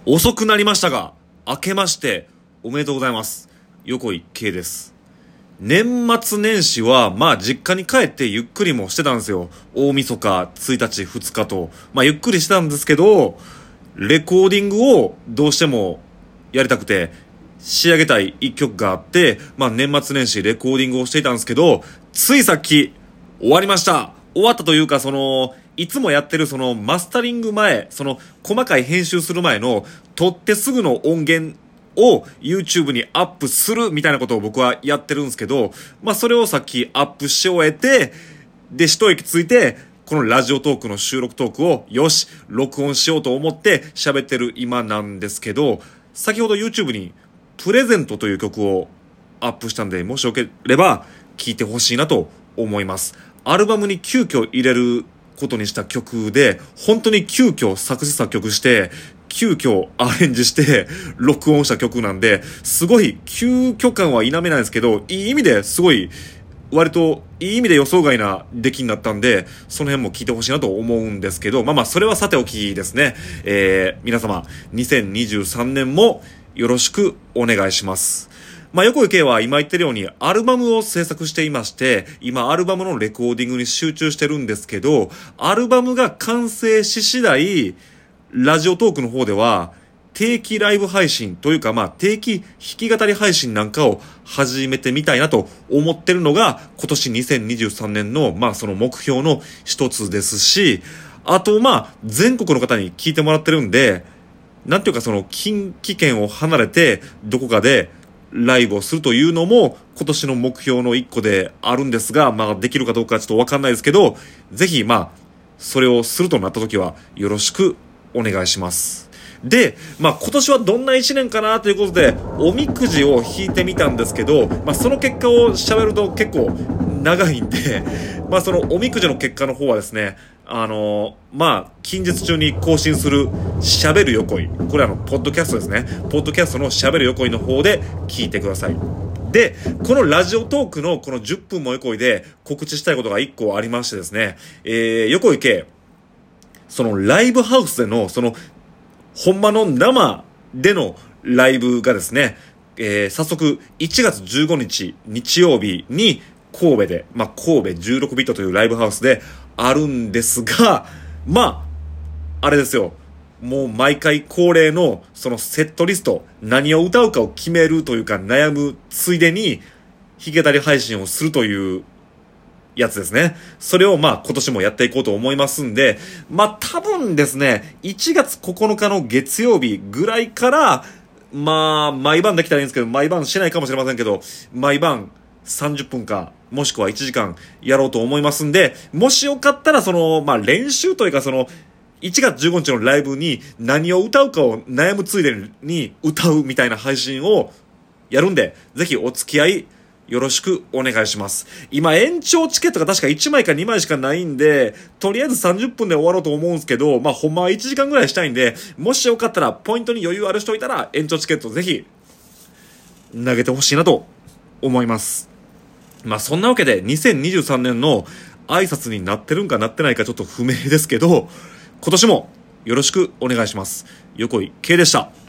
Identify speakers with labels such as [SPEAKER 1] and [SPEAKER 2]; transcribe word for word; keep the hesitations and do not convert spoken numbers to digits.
[SPEAKER 1] 遅くなりましたが、明けましておめでとうございます。横井圭です。年末年始は、まあ実家に帰ってゆっくりもしてたんですよ。大晦日、ついたち、ふつかと。まあゆっくりしてたんですけど、レコーディングをどうしてもやりたくて、仕上げたい一曲があって、まあ年末年始レコーディングをしていたんですけど、ついさっき終わりました。終わったというか、その、いつもやってるそのマスタリング前、その細かい編集する前の撮ってすぐの音源を YouTube にアップするみたいなことを僕はやってるんですけど、まあそれをさっきアップし終えて、で一息ついて、このラジオトークの収録トークをよし、録音しようと思って喋ってる今なんですけど、先ほど YouTube にプレゼントという曲をアップしたんで、もしよければ聴いてほしいなと思います。アルバムに急遽入れることにした曲で、本当に急遽作詞作曲して急遽アレンジして録音した曲なんで、すごい急遽感は否めないんですけど、いい意味ですごい割といい意味で予想外な出来になったんで、その辺も聞いてほしいなと思うんですけど、まあまあそれはさておきですね。えー、皆様にせんにじゅうさんねんもよろしくお願いします。まあ、横井圭は今言ってるようにアルバムを制作していまして、今アルバムのレコーディングに集中してるんですけど、アルバムが完成し次第、ラジオトークの方では定期ライブ配信というか、まあ定期弾き語り配信なんかを始めてみたいなと思ってるのが今年にせんにじゅうさんねんのまあその目標の一つですし、あとまあ全国の方に聞いてもらってるんで、なんていうかその近畿圏を離れてどこかでライブをするというのも今年の目標の一個であるんですが、まあできるかどうかちょっとわかんないですけど、ぜひまあそれをするとなった時はよろしくお願いします。で、まあ今年はどんな一年かなということでおみくじを引いてみたんですけど、まあその結果を喋ると結構長いんで、まあそのおみくじの結果の方はですね、あのー、まあ近日中に更新する喋る横井、これあのポッドキャストですね、ポッドキャストの喋る横井の方で聞いてください。で、このラジオトークのこのじゅっぷんも横井で告知したいことがいっこありましてですね、えー、横井圭、そのライブハウスでのそのほんまの生でのライブがですね、えー、早速いちがつじゅうごにち日曜日に神戸で、まあ、神戸じゅうろくビットというライブハウスであるんですが、まあ、あれですよ。もう毎回恒例のそのセットリスト、何を歌うかを決めるというか悩むついでに弾き語り配信をするというやつですね。それをまあ今年もやっていこうと思いますんで、まあ多分ですね、いちがつここのかの月曜日ぐらいから、まあ毎晩できたらいいんですけど、毎晩しないかもしれませんけど、毎晩さんじゅっぷんか、もしくはいちじかんやろうと思いますんで、もしよかったらその、まあ練習というかその、いちがつじゅうごにちのライブに何を歌うかを悩むついでに歌うみたいな配信をやるんで、ぜひお付き合いよろしくお願いします。今延長チケットが確かいちまいかにまいしかないんで、とりあえずさんじゅっぷんで終わろうと思うんですけど、まあほんまはいちじかんぐらいしたいんで、もしよかったらポイントに余裕ある人いたら延長チケットぜひ投げてほしいなと思います。まあそんなわけでにせんにじゅうさんねんの挨拶になってるんかなってないかちょっと不明ですけど、今年もよろしくお願いします。横井圭でした。